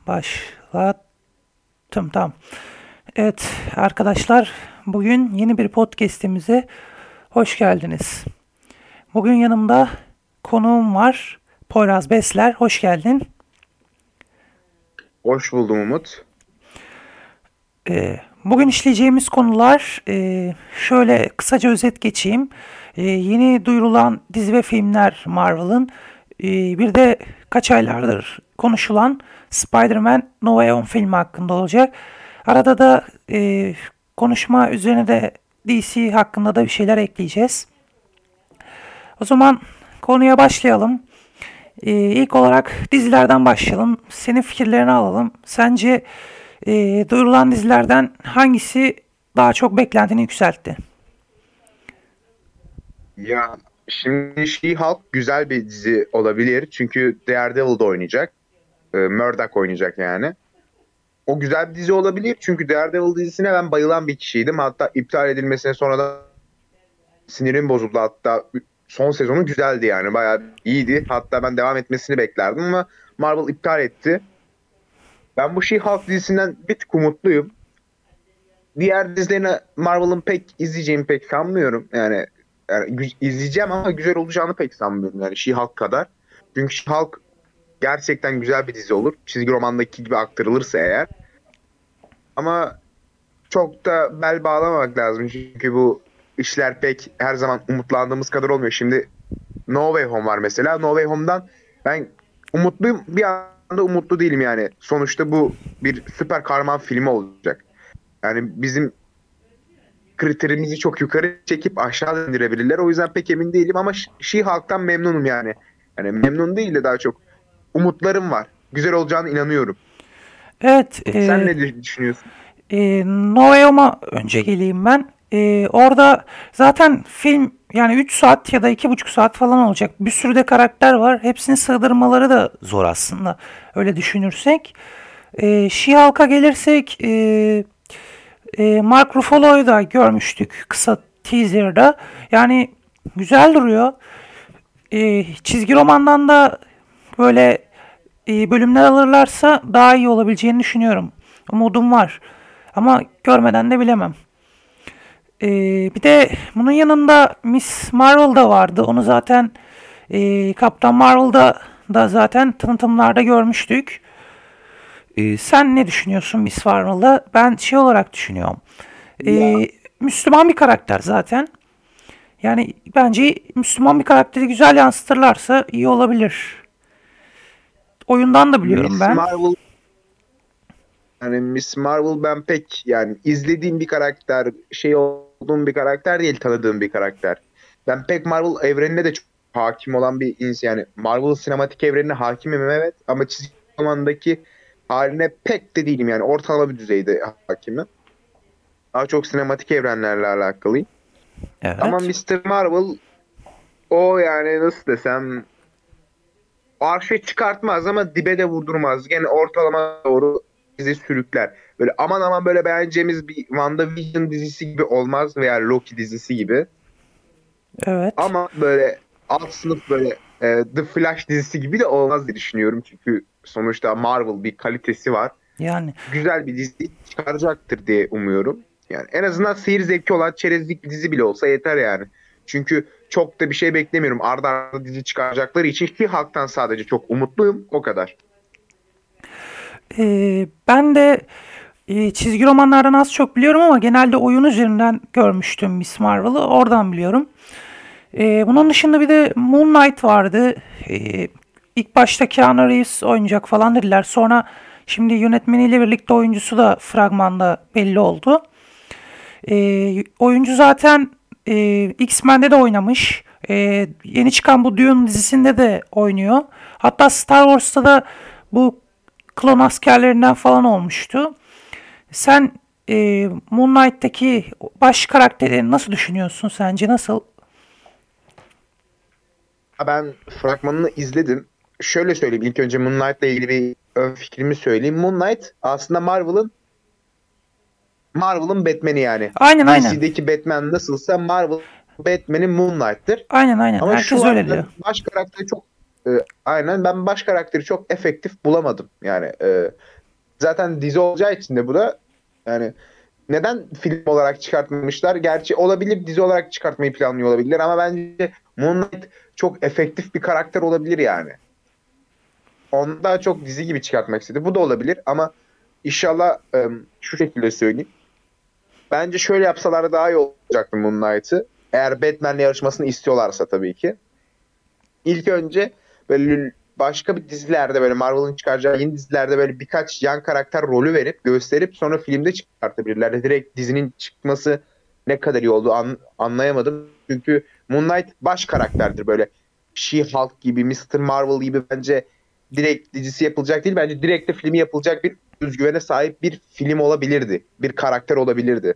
Başlattım. Tamam. Evet arkadaşlar, bugün yeni bir podcast'imize hoş geldiniz. Bugün yanımda konuğum var. Poyraz Besler. Hoş geldin. Hoş buldum Umut. Bugün işleyeceğimiz konular, şöyle kısaca özet geçeyim. Yeni duyurulan dizi ve filmler Marvel'ın. Bir de kaç aylardır konuşulan Spider-Man No Way Home filmi hakkında olacak. Arada da konuşma üzerine de DC hakkında da bir şeyler ekleyeceğiz. O zaman konuya başlayalım. İlk olarak dizilerden başlayalım. Senin fikirlerini alalım. Sence duyurulan dizilerden hangisi daha çok beklentini yükseltti? Ya şimdi She-Hulk güzel bir dizi olabilir. Çünkü Daredevil'da oynayacak. Murdock oynayacak yani. O güzel bir dizi olabilir. Çünkü Daredevil dizisine ben bayılan bir kişiydim. Hatta iptal edilmesine sonra da sinirim bozuldu. Hatta son sezonu güzeldi yani. Bayağı iyiydi. Hatta ben devam etmesini beklerdim ama Marvel iptal etti. Ben bu She-Hulk dizisinden bir tık umutluyum. Diğer dizilerini Marvel'ın pek izleyeceğimi pek sanmıyorum. Yani izleyeceğim ama güzel olacağını pek sanmıyorum yani She-Hulk kadar. Çünkü She-Hulk gerçekten güzel bir dizi olur. Çizgi romandaki gibi aktarılırsa eğer. Ama çok da bel bağlamamak lazım. Çünkü bu işler pek her zaman umutlandığımız kadar olmuyor. Şimdi No Way Home var mesela. No Way Home'dan ben umutluyum. Bir anda umutlu değilim yani. Sonuçta bu bir süper kahraman filmi olacak. Yani bizim kriterimizi çok yukarı çekip aşağı indirebilirler. O yüzden pek emin değilim ama She-Hulk'tan memnunum yani. Yani memnun değil de daha çok umutlarım var. Güzel olacağına inanıyorum. Evet, Sen ne düşünüyorsun? No Way Home'a önce geleyim ben. Orada zaten film yani 3 saat ya da 2,5 saat falan olacak. Bir sürü de karakter var. Hepsini sığdırmaları da zor aslında. Öyle düşünürsek. She-Hulk'a gelirsek, Mark Ruffalo'yu da görmüştük kısa teaser'da. Yani güzel duruyor. Çizgi romandan da böyle bölümler alırlarsa daha iyi olabileceğini düşünüyorum. Umudum var. Ama görmeden de bilemem. Bir de bunun yanında Miss Marvel da vardı. Onu zaten Kaptan Marvel'da da zaten tanıtımlarda görmüştük. Sen ne düşünüyorsun Miss Marvel'da? Ben şey olarak düşünüyorum. Ya Müslüman bir karakter zaten. Yani bence Müslüman bir karakteri güzel yansıtırlarsa iyi olabilir. Oyundan da biliyorum Miss ben. Marvel yani Miss Marvel ben pek yani izlediğim bir karakter, şey olduğum bir karakter değil, tanıdığım bir karakter. Ben pek Marvel evrenine de çok hakim olan bir insan yani Marvel sinematik evrenine hakimim evet ama çizgi romandaki haline pek de değilim yani ortalama bir düzeyde hakimim. Daha çok sinematik evrenlerle alakalıyım. Ama Evet. Mister Marvel o yani nasıl desem arşa çıkartmaz ama dibe de vurdurmaz. Gene ortalama doğru bizi sürükler. Böyle aman aman böyle beğeneceğimiz bir WandaVision dizisi gibi olmaz veya Loki dizisi gibi. Evet. Ama böyle alt sınıf böyle The Flash dizisi gibi de olmaz diye düşünüyorum. Çünkü sonuçta Marvel bir kalitesi var. Yani Güzel bir dizi çıkaracaktır diye umuyorum. Yani en azından seyir zevki olan çerezlik bir dizi bile olsa yeter yani. Çünkü çok da bir şey beklemiyorum. Arda arda dizi çıkaracakları için ki halktan sadece çok umutluyum. O kadar. ben de çizgi romanlardan az çok biliyorum ama genelde oyun üzerinden görmüştüm Miss Marvel'ı. Oradan biliyorum. Bunun dışında bir de Moon Knight vardı. İlk başta Keanu Reeves oynayacak falan dediler. Sonra şimdi yönetmeniyle birlikte oyuncusu da fragmanda belli oldu. Oyuncu zaten X-Men'de de oynamış. Yeni çıkan bu Dune dizisinde de oynuyor. Hatta Star Wars'ta da bu klon askerlerinden falan olmuştu. Sen Moon Knight'taki baş karakteri nasıl düşünüyorsun sence? Nasıl? Ben fragmanını izledim. Şöyle söyleyeyim. İlk önce Moon Knight'la ilgili bir ön fikrimi söyleyeyim. Moon Knight aslında Marvel'ın Batman'i yani. Aynen aynen. DC'deki Batman nasılsa Marvel Batman'i Moon Knight'tır. Aynen aynen. Ama şu Herkes var öyle diyor. baş karakteri çok aynen, ben baş karakteri çok efektif bulamadım. Yani zaten dizi olacağı için de bu da, yani neden film olarak çıkartmamışlar? Gerçi olabilir, dizi olarak çıkartmayı planlıyor olabilirler ama bence Moon Knight çok efektif bir karakter olabilir yani. Onu daha çok dizi gibi çıkartmak istedi. Bu da olabilir ama inşallah, şu şekilde söyleyeyim. Bence şöyle yapsalar daha iyi olacaktı Moon Knight'ı. Eğer Batman'le yarışmasını istiyorlarsa tabii ki. İlk önce böyle başka bir dizilerde, böyle Marvel'ın çıkaracağı yeni dizilerde böyle birkaç yan karakter rolü verip gösterip sonra filmde çıkartabilirler. Direkt dizinin çıkması ne kadar iyi oldu anlayamadım. Çünkü Moon Knight baş karakterdir, böyle She-Hulk gibi, Mr. Marvel gibi. Bence direkt dizisi yapılacak değil. Bence direkt de filmi yapılacak bir özgüvene sahip bir film olabilirdi. Bir karakter olabilirdi.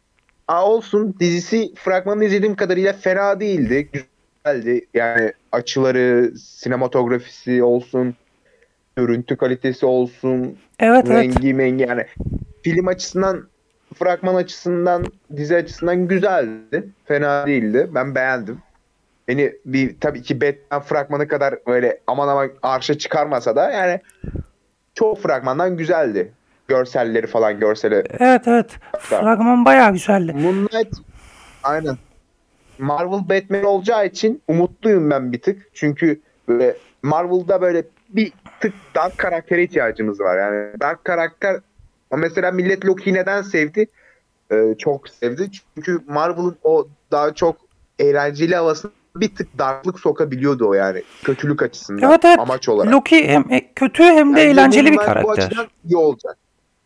Olsun, dizisi fragmanını izlediğim kadarıyla fena değildi. Güzeldi. Yani açıları, sinematografisi olsun, görüntü kalitesi olsun, Evet, evet. rengi mengi, yani film açısından, fragman açısından, dizi açısından güzeldi. Fena değildi. Ben beğendim. Beni bir, tabii ki Batman fragmanı kadar böyle aman aman arşa çıkarmasa da yani çoğu fragmandan güzeldi. Görselleri falan, görseli. Evet, evet. Fragman bayağı güzeldi. Moon Knight, aynen. Marvel Batman olacağı için umutluyum ben bir tık. Çünkü böyle Marvel'da böyle bir tık dark karaktere ihtiyacımız var. Yani dark karakter, mesela millet Loki'yi neden sevdi? Çok sevdi. Çünkü Marvel'ın o daha çok eğlenceli havasını bir tık darklık sokabiliyordu o, yani kötülük açısından, Evet, evet. amaç olarak. Loki hem kötü hem de Bence Moon eğlenceli bir Knight bu karakter. açıdan iyi olacak.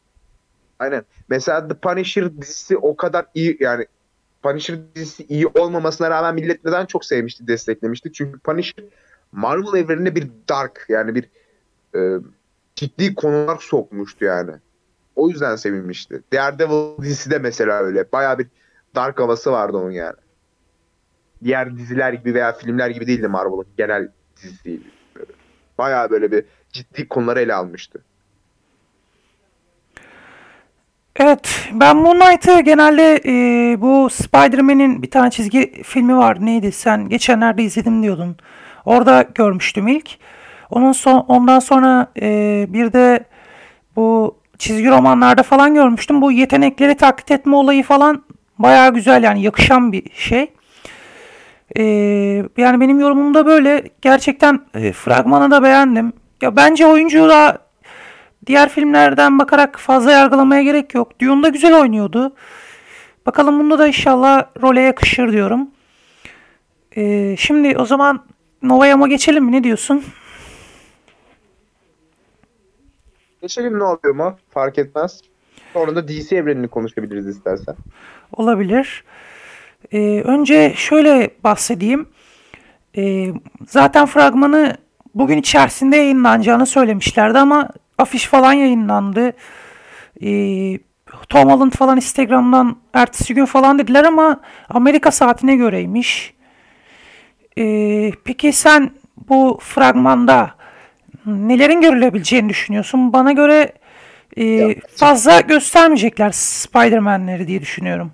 Aynen. Mesela The Punisher dizisi o kadar iyi, yani Punisher dizisi iyi olmamasına rağmen millet neden çok sevmişti, desteklemişti? Çünkü Punisher Marvel evrenine bir dark, yani bir e, ciddi konular sokmuştu yani. O yüzden sevilmişti. Daredevil dizisi de mesela öyle. Bayağı bir dark havası vardı onun yani. Diğer diziler gibi veya filmler gibi değildi Marvel'ın genel dizisi. Bayağı böyle bir ciddi konuları ele almıştı. Evet, ben Moon Knight'ı genelde bu Spider-Man'in bir tane çizgi filmi var. Neydi? Sen geçenlerde izledim diyordun. Orada görmüştüm ilk. Ondan sonra bir de bu çizgi romanlarda falan görmüştüm. Bu yetenekleri taklit etme olayı falan bayağı güzel, yani yakışan bir şey. E, Yani benim yorumum da böyle. Gerçekten fragmanı da beğendim. Ya bence oyuncu da diğer filmlerden bakarak fazla yargılamaya gerek yok. Dune'da güzel oynuyordu. Bakalım bunda da inşallah role yakışır diyorum. Şimdi o zaman Nova'ya geçelim mi? Ne diyorsun? Geçelim, ne oluyor mu? Fark etmez. Sonra da DC evrenini konuşabiliriz istersen. Olabilir. Önce şöyle bahsedeyim. Ee, Zaten fragmanı bugün içerisinde yayınlanacağını söylemişlerdi ama afiş falan yayınlandı. Ee, Tom Holland falan Instagram'dan ertesi gün falan dediler ama Amerika saatine göreymiş. Peki sen bu fragmanda nelerin görülebileceğini düşünüyorsun? Bana göre Ya fazla göstermeyecekler Spider-Man'leri diye düşünüyorum.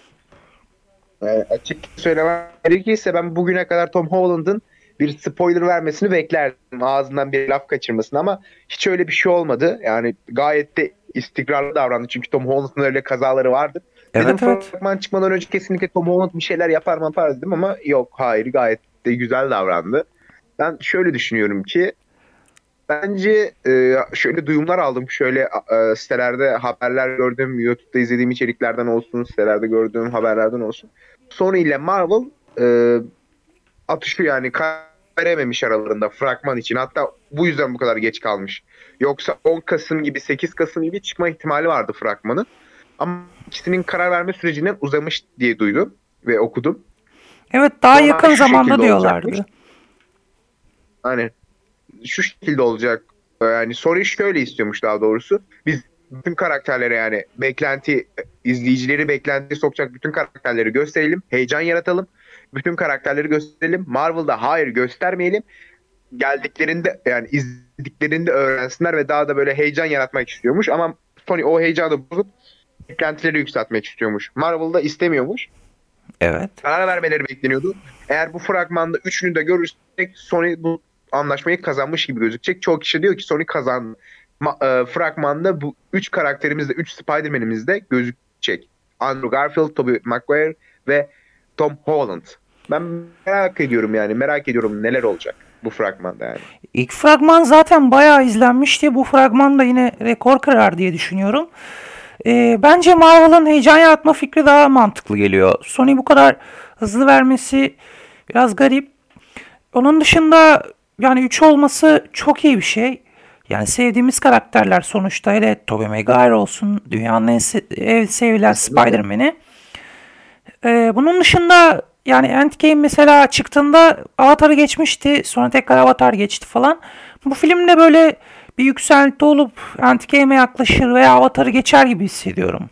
açık söylemem gerekirse ben bugüne kadar Tom Holland'ın bir spoiler vermesini beklerdim. Ağzından bir laf kaçırmasını ama hiç öyle bir şey olmadı. Yani gayet de istikrarlı davrandı. Çünkü Tom Holland'ın öyle kazaları vardı. Dedim Evet, evet. fragman çıkmadan önce kesinlikle Tom Holland bir şeyler yapar dedim ama yok, hayır, gayet de güzel davrandı. Ben şöyle düşünüyorum ki, bence şöyle duyumlar aldım. Şöyle sitelerde haberler gördüm. YouTube'da izlediğim içeriklerden olsun, sitelerde gördüğüm haberlerden olsun. Sony ile Marvel atışıyor, yani verememiş aralarında fragman için. Hatta bu yüzden bu kadar geç kalmış. Yoksa 10 Kasım gibi, 8 Kasım gibi çıkma ihtimali vardı fragmanın. Ama ikisinin karar verme sürecinden uzamış diye duydum ve okudum. Evet, daha Normalde yakın şu zamanda şekilde olacakmış. diyorlardı. Hani şu şekilde olacak. Yani soruyu şöyle istiyormuş daha doğrusu. Biz bütün karakterlere, yani izleyicileri beklentiye sokacak bütün karakterleri gösterelim. Heyecan yaratalım. Bütün karakterleri gösterelim. Marvel'da hayır, göstermeyelim. Geldiklerinde, yani izlediklerinde öğrensinler ve daha da böyle heyecan yaratmak istiyormuş. Ama Sony o heyecanı bozup beklentileri yükseltmek istiyormuş. Marvel'da istemiyormuş. Evet. Karar vermeleri bekleniyordu. Eğer bu fragmanda üçünü de görürsek Sony bu anlaşmayı kazanmış gibi gözükecek. Çoğu kişi diyor ki Sony kazandı. Fragmanda bu 3 karakterimiz de 3 Spider-Man'imiz de gözükecek. Andrew Garfield, Tobey Maguire ve Tom Holland. Ben merak ediyorum yani. Merak ediyorum neler olacak bu fragmanda yani. İlk fragman zaten bayağı izlenmişti. Bu fragman da yine rekor kırar diye düşünüyorum. Bence Marvel'ın heyecan yaratma fikri daha mantıklı geliyor. Sony bu kadar hızlı vermesi biraz garip. Onun dışında yani 3 olması çok iyi bir şey. Yani sevdiğimiz karakterler sonuçta, hele Tobey Maguire olsun, dünyanın en sevilen Kesinlikle. Spider-Man'i. Bunun dışında yani Endgame mesela çıktığında Avatar'ı geçmişti. Sonra tekrar Avatar geçti falan. Bu filmde böyle bir yükselti olup Endgame'e yaklaşır veya Avatar'ı geçer gibi hissediyorum.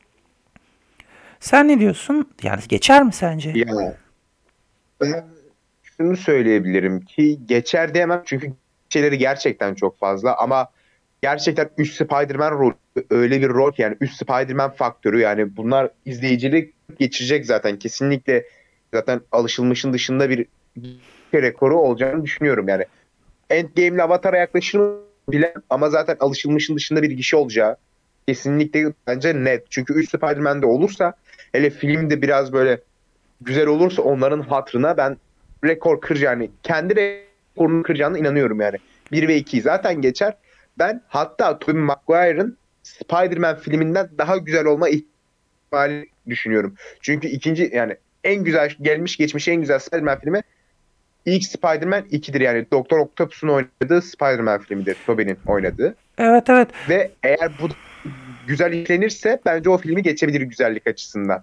Sen ne diyorsun? Yani geçer mi sence? Ya ben şunu söyleyebilirim ki geçer diyemem çünkü şeyleri gerçekten çok fazla ama gerçekten 3 Spider-Man rolü öyle bir rol ki yani 3 Spider-Man faktörü yani bunlar izleyicilik geçirecek zaten kesinlikle zaten alışılmışın dışında bir rekoru olacağını düşünüyorum yani. Endgame ile Avatar'a yaklaşır mı bile ama zaten alışılmışın dışında bir gişe olacağı kesinlikle bence net. Çünkü 3 Spider-Man'de olursa hele filmde biraz böyle güzel olursa onların hatırına ben rekor kıracağını, kendi rekorunu kıracağına inanıyorum yani. Bir ve 2'yi zaten geçer. Ben hatta Tobey Maguire'ın Spider-Man filminden daha güzel olma ihtimali düşünüyorum. Çünkü ikinci yani en güzel gelmiş geçmiş en güzel Spider-Man filmi ilk Spider-Man 2'dir yani. Doktor Octopus'un oynadığı Spider-Man filmidir. Tobey'nin oynadığı. Evet, evet. Ve eğer bu güzel işlenirse bence o filmi geçebilir güzellik açısından.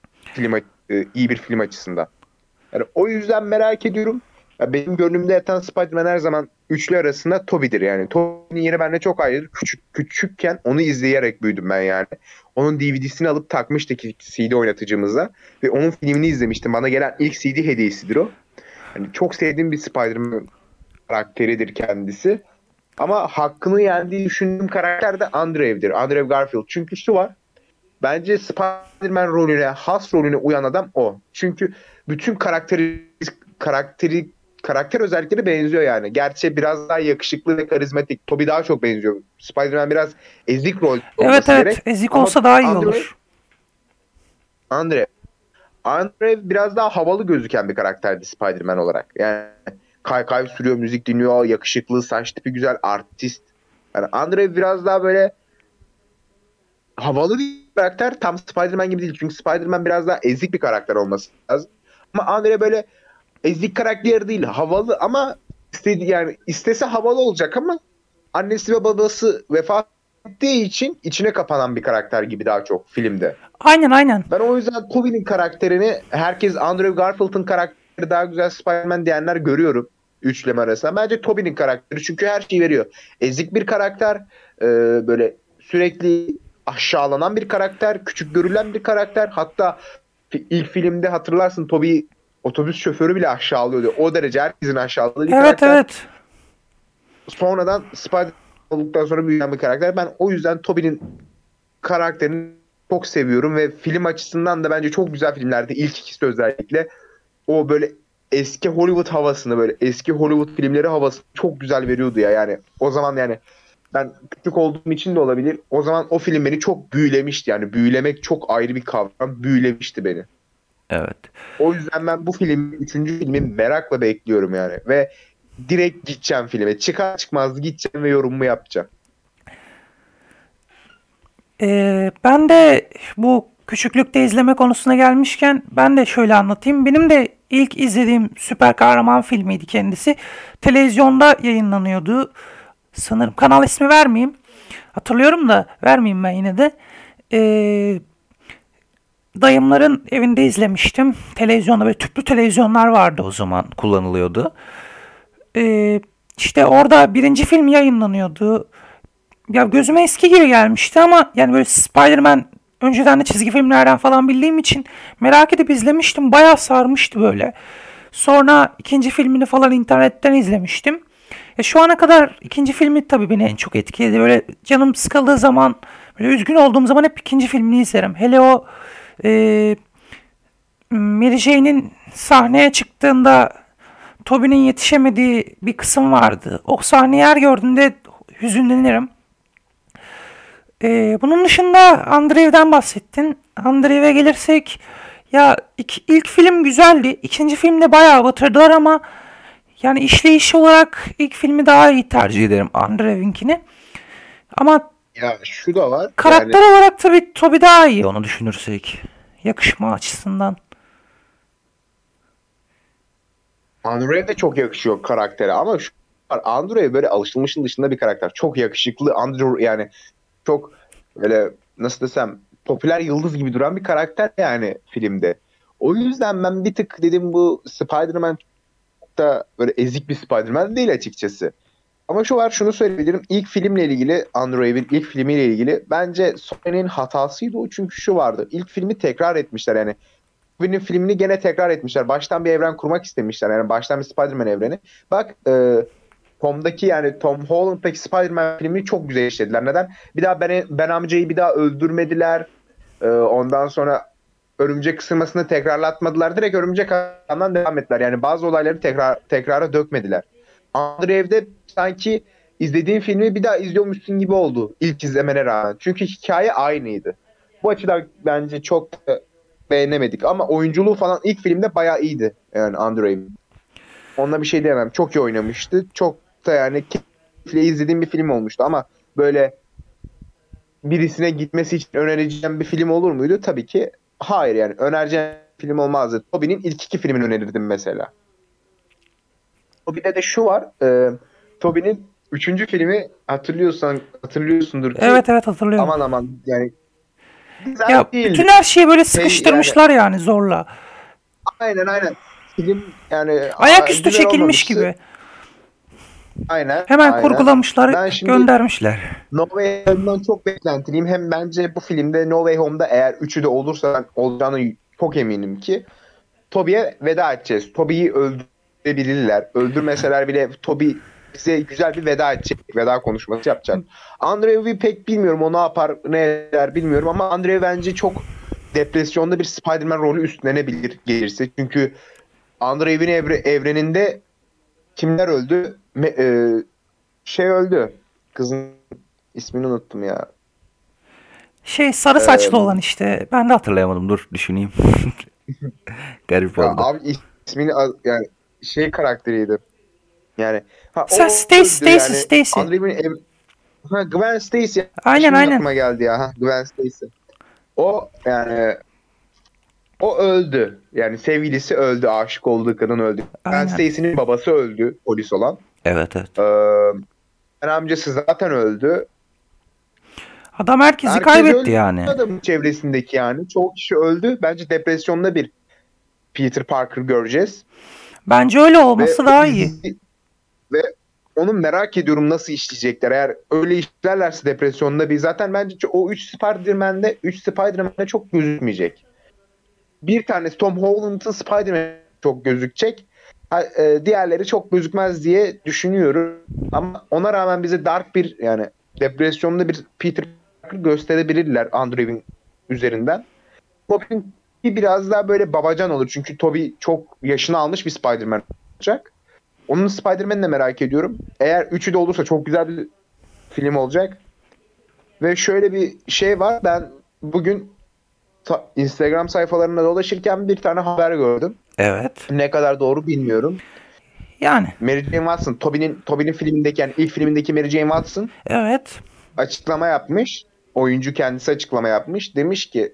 İyi bir film açısından. Yani o yüzden merak ediyorum. Ya benim gönlümde yatan Spider-Man her zaman üçlü arasında Tobey'dir yani. Tobey'nin yeri bende çok ayrıdır. Küçükken onu izleyerek büyüdüm ben yani. Onun DVD'sini alıp takmıştık CD oynatıcımıza. Ve onun filmini izlemiştim. Bana gelen ilk CD hediyesidir o. Hani çok sevdiğim bir Spider-Man karakteridir kendisi. Ama hakkını yendiği düşündüğüm karakter de Andrew'dir. Andrew Garfield. Çünkü şu var. Bence Spider-Man rolüne, has rolüne uyan adam o. Çünkü bütün karakteri karakter özellikleri benziyor yani. Gerçi biraz daha yakışıklı ve karizmatik. Tobey daha çok benziyor. Spider-Man biraz ezik rol Evet, olması evet. gerek. Ezik Ama olsa daha iyi Andre, olur. Andre, Andre biraz daha havalı gözüken bir karakterdi Spider-Man olarak. Yani kaykay sürüyor, müzik dinliyor, yakışıklı, saç tipi güzel, artist. Yani Andre biraz daha böyle havalı bir karakter. Tam Spider-Man gibi değil. Çünkü Spider-Man biraz daha ezik bir karakter olması lazım. Ama Andre böyle ezik karakter değil. Havalı ama yani istese havalı olacak ama annesi ve babası vefat ettiği için içine kapanan bir karakter gibi daha çok filmde. Aynen, aynen. Ben o yüzden Tobey'nin karakterini herkes Andrew Garfield'ın karakteri daha güzel Spider-Man diyenler görüyorum. Üçleme arasında. Bence Tobey'nin karakteri çünkü her şeyi veriyor. Ezik bir karakter, e, böyle sürekli aşağılanan bir karakter, küçük görülen bir karakter. Hatta ilk filmde hatırlarsın Tobey otobüs şoförü bile aşağılıyordu. O derece herkesin aşağıladığı bir Evet, karakter. evet. Sonradan Spider olduktan sonra büyüyen bir karakter. Ben o yüzden Tobey'nin karakterini çok seviyorum ve film açısından da bence çok güzel filmlerdi. İlk ikisi özellikle. O böyle eski Hollywood havasını böyle eski Hollywood filmleri havası çok güzel veriyordu ya yani. O zaman yani ben küçük olduğum için de olabilir. O zaman o film beni çok büyülemişti yani. Büyülemek çok ayrı bir kavram. Büyülemişti beni. Evet. O yüzden ben bu filmi, üçüncü filmi merakla bekliyorum yani. Ve direkt gideceğim filme. Çıkar çıkmaz gideceğim ve yorumumu yapacağım. Ben de bu küçüklükte izleme konusuna gelmişken ben de şöyle anlatayım. Benim de ilk izlediğim süper kahraman filmiydi kendisi. Televizyonda yayınlanıyordu. Sanırım kanal ismi vermeyeyim. Hatırlıyorum da vermeyeyim ben yine de. Ee, Dayımların evinde izlemiştim. Televizyonda böyle tüplü televizyonlar vardı, o zaman kullanılıyordu. Ee, işte orada birinci film yayınlanıyordu. Ya gözüme eski gibi gelmişti ama yani böyle Spider-Man önceden de çizgi filmlerden falan bildiğim için merak edip izlemiştim. Bayağı sarmıştı böyle. Sonra ikinci filmini falan internetten izlemiştim. Şu ana kadar ikinci filmi tabii beni en çok etkiledi. Böyle canım sıkıldığı zaman, böyle üzgün olduğum zaman hep ikinci filmini izlerim. Hele o e, Mary Jane'in sahneye çıktığında Tobey'nin yetişemediği bir kısım vardı. O sahneyi her gördüğümde hüzünlenirim. Bunun dışında Andrew'den bahsettin. Andrew'e gelirsek ya ilk film güzeldi. İkinci filmde bayağı batırdılar ama yani işleyiş olarak ilk filmi daha iyi tercih ederim Andrew'inkini. Ama Ya şu da var. Yani karakter olarak tabii Tobey daha iyi onu düşünürsek. Yakışma açısından. Andrew de çok yakışıyor karaktere ama şu var. Andrew böyle alışılmışın dışında bir karakter. Çok yakışıklı. Andrew yani çok böyle nasıl desem popüler yıldız gibi duran bir karakter yani filmde. O yüzden ben bir tık dedim bu Spider-Man da böyle ezik bir Spider-Man değil açıkçası. Ama şu var şunu söyleyebilirim. İlk filmle ilgili Andrew Wave'in ilk filmiyle ilgili bence Sony'nin hatasıydı o çünkü şu vardı. İlk filmi tekrar etmişler yani. Filmin filmini gene tekrar etmişler. Baştan bir evren kurmak istemişler. Yani baştan bir Spider-Man evreni. Bak Tom'daki yani Tom Holland'daki Spider-Man filmini çok güzel işlediler. Neden? Bir daha Ben amcayı bir daha öldürmediler. Ondan sonra örümcek ısırmasını tekrarlatmadılar. Direkt örümcek adamdan devam ettiler. Yani bazı olayları tekrara dökmediler. Andrew'de sanki izlediğin filmi bir daha izliyormuşsun gibi oldu ilk izlemene rağmen. Çünkü hikaye aynıydı. Bu açıdan bence çok beğenemedik ama oyunculuğu falan ilk filmde bayağı iyiydi. Yani Andrew'in. Onunla bir şey diyemem. Çok iyi oynamıştı. Çok da yani keyifle izlediğim bir film olmuştu ama böyle birisine gitmesi için önereceğim bir film olur muydu? Tabii ki hayır yani. Önereceğim film olmazdı. Tobey'nin ilk iki filmini önerirdim mesela. Tobey'de de şu var. Tobey'nin üçüncü filmi hatırlıyorsundur ki Evet, evet, hatırlıyorum. aman aman yani güzel Ya bütün değildi. her şeyi böyle Yani sıkıştırmışlar yani zorla. aynen. Film yani Ayaküstü güzel çekilmiş olmamıştı. gibi. Aynen, Hemen aynen. kurgulamışlar, Ben şimdi göndermişler. No Way Home'dan çok beklentiliyim. Hem bence bu filmde No Way Home'da eğer üçü de olursa ben olacağını çok eminim ki Tobey'e veda edeceğiz. Tobey'i öldürebilirler. Öldürmeseler bile Tobey bize güzel bir veda edecek. Veda konuşması yapacak. Andrew'u pek bilmiyorum. O ne yapar, ne eder bilmiyorum ama Andrew bence çok depresyonda bir Spider-Man rolü üstlenebilir gelirse. Çünkü Andrew'in evreninde kimler öldü? Şey öldü. Kızın ismini unuttum ya. Sarı saçlı Ee, olan işte. Ben de hatırlayamadım. Dur düşüneyim. Garip Ya oldu. abi ismini yani şey karakteriydi. Yani ha Sen o Stacy, öldü Stacy, yani Stacy. ha, Gwen Stacy Aynen, şimdi aynen. aklıma geldi ya ha, Gwen Stacy. O yani o öldü. Yani sevgilisi öldü. Aşık olduğu kadın öldü. Gwen Aynen. Stacy'nin babası öldü. Polis olan. Evet, evet. Ben amcası zaten öldü. Adam herkesi Herkes kaybetti öldü yani. adamın çevresindeki yani. Çoğu kişi öldü. Bence depresyonda bir Peter Parker göreceğiz. Bence öyle Ve olması o daha iyi. dizi ve onu merak ediyorum nasıl işleyecekler. Eğer öyle işlerlerse depresyonda bir zaten bence o 3 Spider-Man'de çok gözükmeyecek. Bir tanesi Tom Holland'ın Spider-Man çok gözükecek. Diğerleri çok gözükmez diye düşünüyorum. Ama ona rağmen bize dark bir yani depresyonda bir Peter Parker gösterebilirler Andrew'in üzerinden. Tobey biraz daha böyle babacan olur. Çünkü Tobey çok yaşını almış bir Spider-Man olacak. Onun Spider-Man'ini de merak ediyorum. Eğer üçü de olursa çok güzel bir film olacak. Ve şöyle bir şey var. Ben bugün Instagram sayfalarında dolaşırken bir tane haber gördüm. Evet. Ne kadar doğru bilmiyorum. Yani. Mary Jane Watson, Tobey'nin filmindeki yani ilk filmindeki Mary Jane Watson Evet. açıklama yapmış. Oyuncu kendisi açıklama yapmış. Demiş ki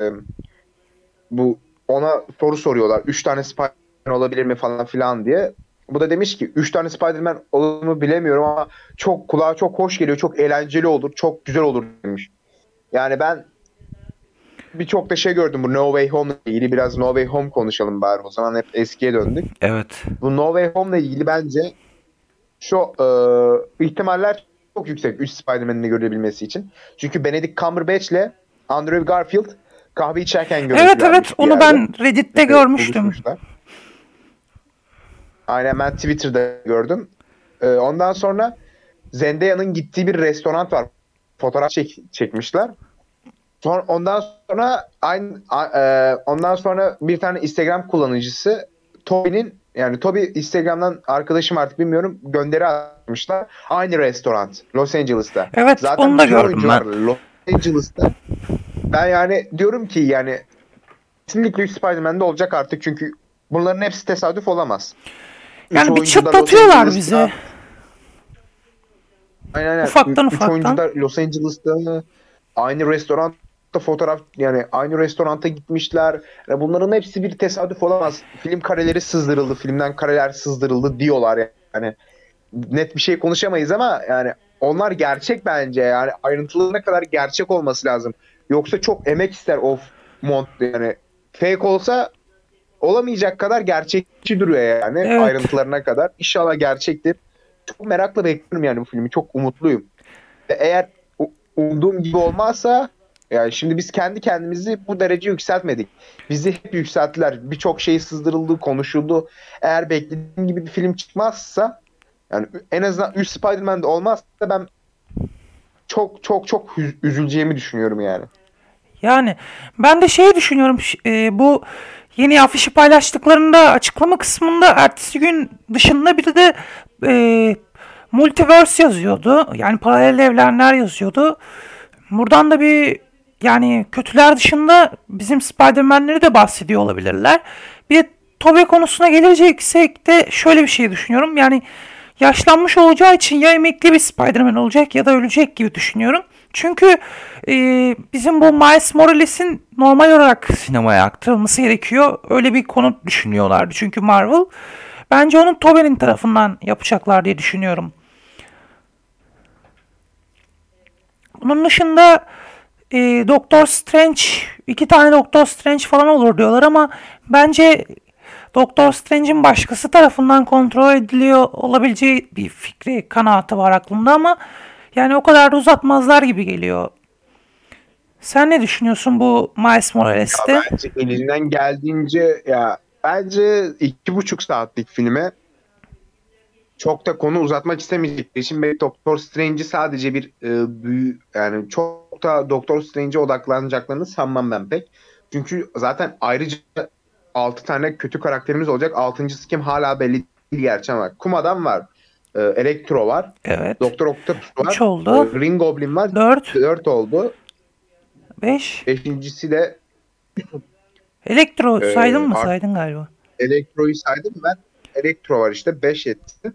bu ona soru soruyorlar. 3 tane Spider-Man olabilir mi falan filan diye. Bu da demiş ki 3 tane Spider-Man olur mu bilemiyorum ama çok kulağa çok hoş geliyor. Çok eğlenceli olur. Çok güzel olur demiş. Yani ben birçok da şey gördüm bu No Way Home'la ilgili. Biraz No Way Home konuşalım bari. O zaman hep eskiye döndük. Evet. Bu No Way Home'la ilgili bence şu ihtimaller çok yüksek 3 Spider-Man'ini görebilmesi için. Çünkü Benedict Cumberbatch ile Andrew Garfield kahve içerken Evet, evet, görüntülenmiş bir onu yerde. ben Reddit'te görmüştüm. Buluşmuşlar. Aynen ben Twitter'da gördüm. Ondan sonra Zendaya'nın gittiği bir restoran var. Fotoğraf çekmişler. Ondan sonra bir tane Instagram kullanıcısı Tobey'nin Yani Toby Instagram'dan arkadaşım artık bilmiyorum gönderi atmışlar. Aynı restoran Los Angeles'ta. Evet, onu Zaten da bütün gördüm ben. oyuncular Los Angeles'ta. Ben yani diyorum ki yani kesinlikle 3 Spider-Man'de olacak artık çünkü bunların hepsi tesadüf olamaz. Üç Yani bir oyuncu da Los çıtlatıyorlar bize Angeles'ta. Aynen. ufaktan Üç oyuncu ufaktan. da Los Angeles'ta. Aynı restoranda fotoğraf yani aynı restoranta gitmişler. Yani bunların hepsi bir tesadüf olamaz. Film kareleri sızdırıldı, filmden kareler sızdırıldı diyorlar yani. Net bir şey konuşamayız ama yani onlar gerçek bence yani ayrıntılarına kadar gerçek olması lazım. Yoksa çok emek ister o mont yani fake olsa olamayacak kadar gerçekçi duruyor yani Evet. ayrıntılarına kadar. İnşallah gerçektir. Çok merakla bekliyorum yani bu filmi. Çok umutluyum. Eğer umduğum gibi olmazsa yani şimdi biz kendi kendimizi bu derece yükseltmedik. Bizi hep yükselttiler. Birçok şey sızdırıldı, konuşuldu. Eğer beklediğim gibi bir film çıkmazsa yani en azından 3 Spider-Man'de olmazsa ben çok çok çok üzüleceğimi düşünüyorum yani. Yani ben de şey düşünüyorum. Bu yeni afişi paylaştıklarında açıklama kısmında ertesi gün dışında bir de e, Multiverse yazıyordu. Yani paralel evrenler yazıyordu. Buradan da bir, yani kötüler dışında bizim Spider-Man'leri de bahsediyor olabilirler. Bir de Tobey konusuna geleceksek de şöyle bir şey düşünüyorum. Yani yaşlanmış olacağı için ya emekli bir Spider-Man olacak ya da ölecek gibi düşünüyorum. Çünkü e, bizim bu Miles Morales'in normal olarak sinemaya aktarılması gerekiyor. Öyle bir konu düşünüyorlardı. Çünkü Marvel bence onun Tobey'nin tarafından yapacaklar diye düşünüyorum. Bunun dışında Doktor Strange, iki tane Doktor Strange falan olur diyorlar ama bence Doktor Strange'in başkası tarafından kontrol ediliyor olabileceği bir fikri, kanaati var aklımda ama yani o kadar da uzatmazlar gibi geliyor. Sen ne düşünüyorsun bu Miles Ya Morales'te? bence elinden geldiğince ya bence 2,5 saatlik filme çok da konu uzatmak istemeyecekleri için belki Doktor Strange'i sadece bir büyü yani çok da Doktor Strange'e odaklanacaklarını sanmam ben pek. Çünkü zaten ayrıca 6 tane kötü karakterimiz olacak. Altıncısı kim hala belli değil gerçi ama Kuma'dan var. Electro var. Evet. Doktor Octopus 3 var. oldu. Green Goblin var. 4, 4 oldu. 5. Beşincisi de Elektro saydın mı? artık Saydın galiba. Elektro'yu saydım ben. Elektro var işte 5 etti.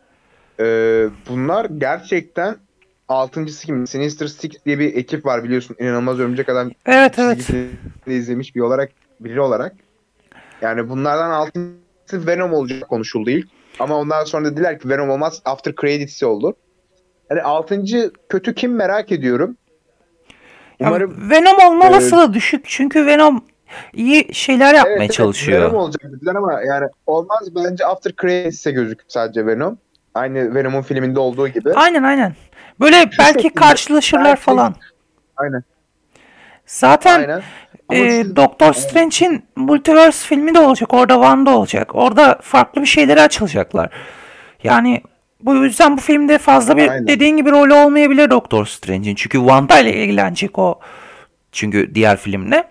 Bunlar gerçekten altıncısı kim? Sinister Six diye bir ekip var biliyorsun. İnanılmaz Örümcek Adam Evet, evet. çizgisini de izlemiş biri olarak. Yani bunlardan altıncısı Venom olacak konuşuldu ilk. Ama ondan sonra dediler ki Venom olmaz. After Credits'i oldu. Yani altıncı kötü kim merak ediyorum. Ya Umarım Venom olma e, olasılığı düşük çünkü Venom iyi şeyler evet yapmaya evet Venom çalışıyor. olacak dediler ama yani olmaz bence After Credits'e gözükür sadece Venom. Aynı Venom'un filminde olduğu gibi. Aynen, aynen. Böyle Şu belki şekilde karşılaşırlar belki falan. aynen Zaten aynen ama şu Doctor Strange'in Multiverse filmi de olacak. Orada Wanda olacak. Orada farklı bir şeylere açılacaklar. Yani bu yüzden bu filmde fazla bir aynen. dediğin gibi rolü olmayabilir Doctor Strange'in. Çünkü Wanda ile ilgilenecek o. Çünkü diğer filmde.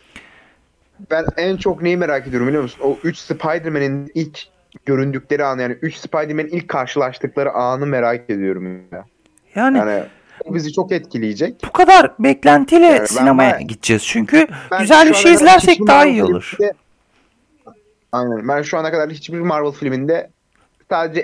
Ben en çok neyi merak ediyorum biliyor musun? O 3 Spider-Man'in ilk göründükleri an yani 3 Spider-Man'in ilk karşılaştıkları anı merak ediyorum ya. Yani Yani o bizi çok etkileyecek. bu kadar beklentiyle Yani sinemaya gideceğiz. Çünkü ben güzel bir şu ana şey kadar hiçbir izlersek daha Marvel iyi olur. filminde aynen ben şu ana kadar hiçbir Marvel filminde sadece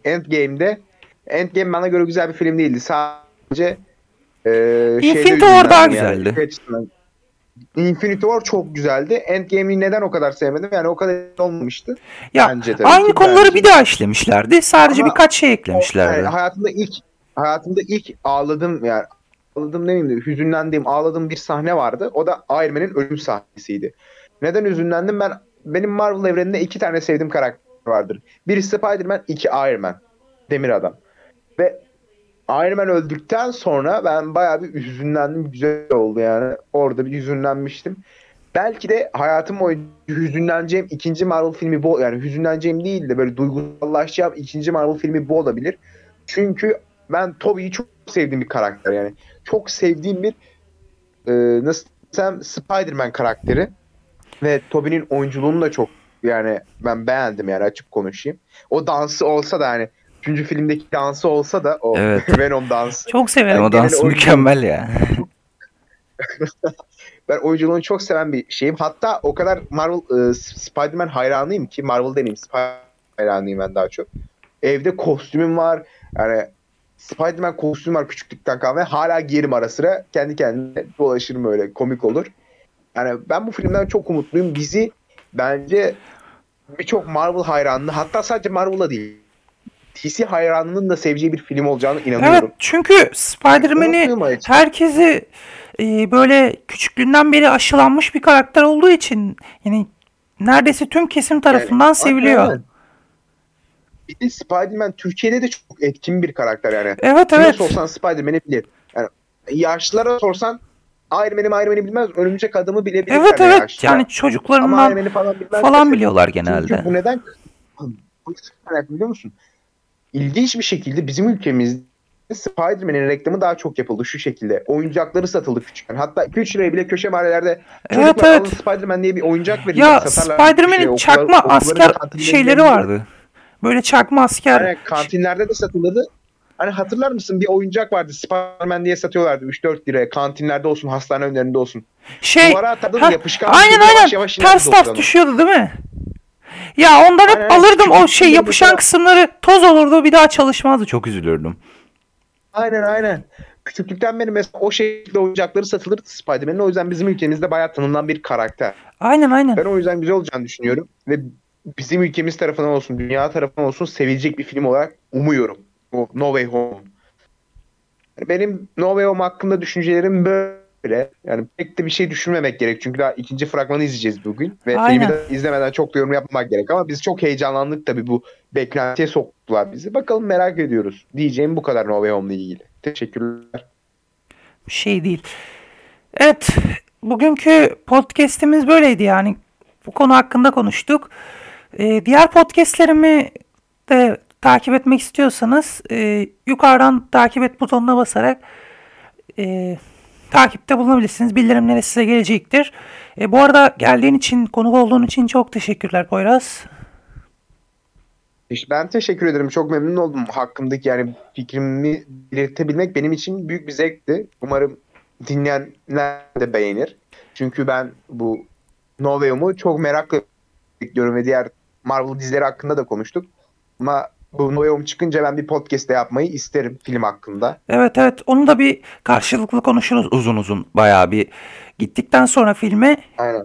Endgame bana göre güzel bir film değildi. Sadece şeyler Infinity War daha yüzündendim yani. güzeldi. Şey açısından. Infinity War çok güzeldi. Endgame'i neden o kadar sevmedim? Yani o kadar olmamıştı. Ya Bence tabii aynı ki. konuları bir Bence. daha işlemişlerdi. Sadece Ama birkaç şey yani eklemişlerdi. hayatımda ilk ağladım yani ağladım demeyeyim de hüzünlendiğim ağladığım bir sahne vardı. O da Iron Man'in ölüm sahnesiydi. Neden hüzünlendim? Benim Marvel evreninde iki tane sevdiğim karakter vardır. Biri Spider-Man, iki Iron Man. Demir Adam. Ve Iron Man öldükten sonra ben bayağı bir hüzünlendim. Güzel oldu yani. Orada bir hüzünlenmiştim. Belki de hayatım boyunca hüzünleneceğim ikinci Marvel filmi bu. Yani hüzünleneceğim değil de böyle duygusallaşacağım ikinci Marvel filmi bu olabilir. Çünkü ben Tobey'i çok sevdiğim bir karakter yani. Çok sevdiğim bir nasıl desem Spider-Man karakteri ve Tobey'nin oyunculuğunu da çok yani ben beğendim yani açık konuşayım. O dansı olsa da yani 3. filmdeki dansı olsa da o Evet. Venom dansı. Çok severim. O Genel dans oyunculuğunu mükemmel ya. ben oyunculuğunu çok seven bir şeyim. Hatta o kadar Marvel Spider-Man hayranıyım ki Marvel demeyeyim Spider-Man hayranıyım ben daha çok. Evde kostümüm var. Yani Spider-Man kostümüm var küçüklükten kalma ve hala giyerim ara sıra. Kendi kendine dolaşırım öyle komik olur. Yani ben bu filmden çok umutluyum. Bizi bence birçok Marvel hayranını hatta sadece Marvel'la değil DC hayranının da seveceği bir film olacağını Evet, inanıyorum. çünkü Spider-Man'i Umutluyum açıkçası. herkesi böyle küçüklüğünden beri aşılanmış bir karakter olduğu için yani neredeyse tüm kesim tarafından Aynen, seviliyor. aynen. Bir de Spider-Man Türkiye'de de çok etkin bir karakter yani. Evet, Kime evet. sorsan Spider-Man'i bilir. Yani yaşlılara sorsan Iron Man'i bilmez. Örümcek Adam'ı bilebilir Evet, yani evet. yaşlılar. Yani Ama çocuklarından Iron Man'i falan bilmez falan mesela. biliyorlar Çünkü genelde. bu neden? Bu kaynaklı biliyor musun? İlginç bir şekilde bizim ülkemizde Spider-Man'in reklamı daha çok yapıldı şu şekilde. Oyuncakları satıldı küçükken. Hatta 2-3 liraya bile köşe mahallelerde Evet, çocuklar alın evet. Spider-Man diye bir oyuncak verin Ya satarlar. Spider-Man'in çakma asker şeyleri vardı. Böyle çakma asker. Yani kantinlerde de satılırdı. Hani hatırlar mısın bir oyuncak vardı Spider-Man diye satıyorlardı 3-4 liraya. Kantinlerde olsun, hastane önlerinde olsun. Şey, Duvara atardın yapışkan bir aynen şey yavaş aynen. yavaş Ters inerdi ters oradan. düşüyordu değil mi? Ya ondan hep Aynen, alırdım, o küçük şey bir yapışan mesela- kısımları toz olurdu, bir daha çalışmazdı. Çok üzülürdüm. Aynen. Küçüklükten beri mesela o şekilde oyuncakları satılırdı Spider-Man'in. O yüzden bizim ülkemizde bayağı tanınan bir karakter. Aynen. Ben o yüzden güzel olacağını düşünüyorum. Ve bizim ülkemiz tarafından olsun, dünya tarafından olsun sevilecek bir film olarak umuyorum. O No Way Home. Yani benim No Way Home hakkında düşüncelerim böyle. Yani pek de bir şey düşünmemek gerek. Çünkü daha ikinci fragmanı izleyeceğiz bugün. Ve filmi Aynen. de izlemeden çok da yorum yapmamak gerek. Ama biz çok heyecanlandık tabii, bu beklentiye soktular bizi. Bakalım, merak ediyoruz. Diyeceğim bu kadar No Way Home ile ilgili. Teşekkürler. Şey değil. Evet, bugünkü podcast'imiz böyleydi yani. Bu konu hakkında konuştuk. Diğer podcast'lerimi de takip etmek istiyorsanız yukarıdan takip et butonuna basarak takipte bulunabilirsiniz. Bildirimleri size gelecektir. Bu arada geldiğin için, konuk olduğun için çok teşekkürler Poyraz. İşte ben teşekkür ederim. Çok memnun oldum hakkımdaki yani fikrimi belirtebilmek benim için büyük bir zevkti. Umarım dinleyenler de beğenir. Çünkü ben bu No Way Home'u çok merakla bekliyorum ve diğer Marvel dizileri hakkında da konuştuk. Ama bu No Way Home çıkınca ben bir podcast de yapmayı isterim film hakkında. Evet, onu da bir karşılıklı konuşuruz uzun uzun. Bayağı bir gittikten sonra filme. Aynen.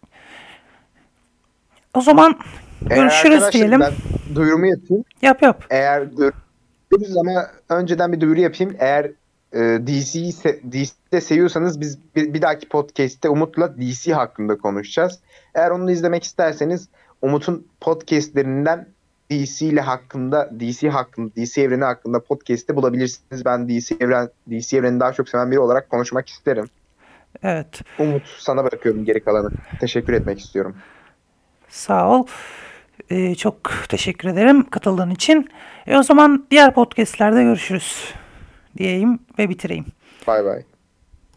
O zaman görüşürüz Arkadaşlar diyelim. ben duyurumu yapayım. Yap. Eğer görüşürüz ama önceden bir duyuru yapayım. Eğer DC'de seviyorsanız biz bir dahaki podcast'te Umut'la DC hakkında konuşacağız. Eğer onu izlemek isterseniz Umut'un podcastlerinden DC evreni hakkında podcast'te bulabilirsiniz. Ben DC evreni daha çok seven biri olarak konuşmak isterim. Evet. Umut, sana bırakıyorum geri kalanı. Teşekkür etmek istiyorum. Sağ ol. Çok teşekkür ederim katıldığın için. O zaman diğer podcastlerde görüşürüz diyeyim ve bitireyim. Bay bay.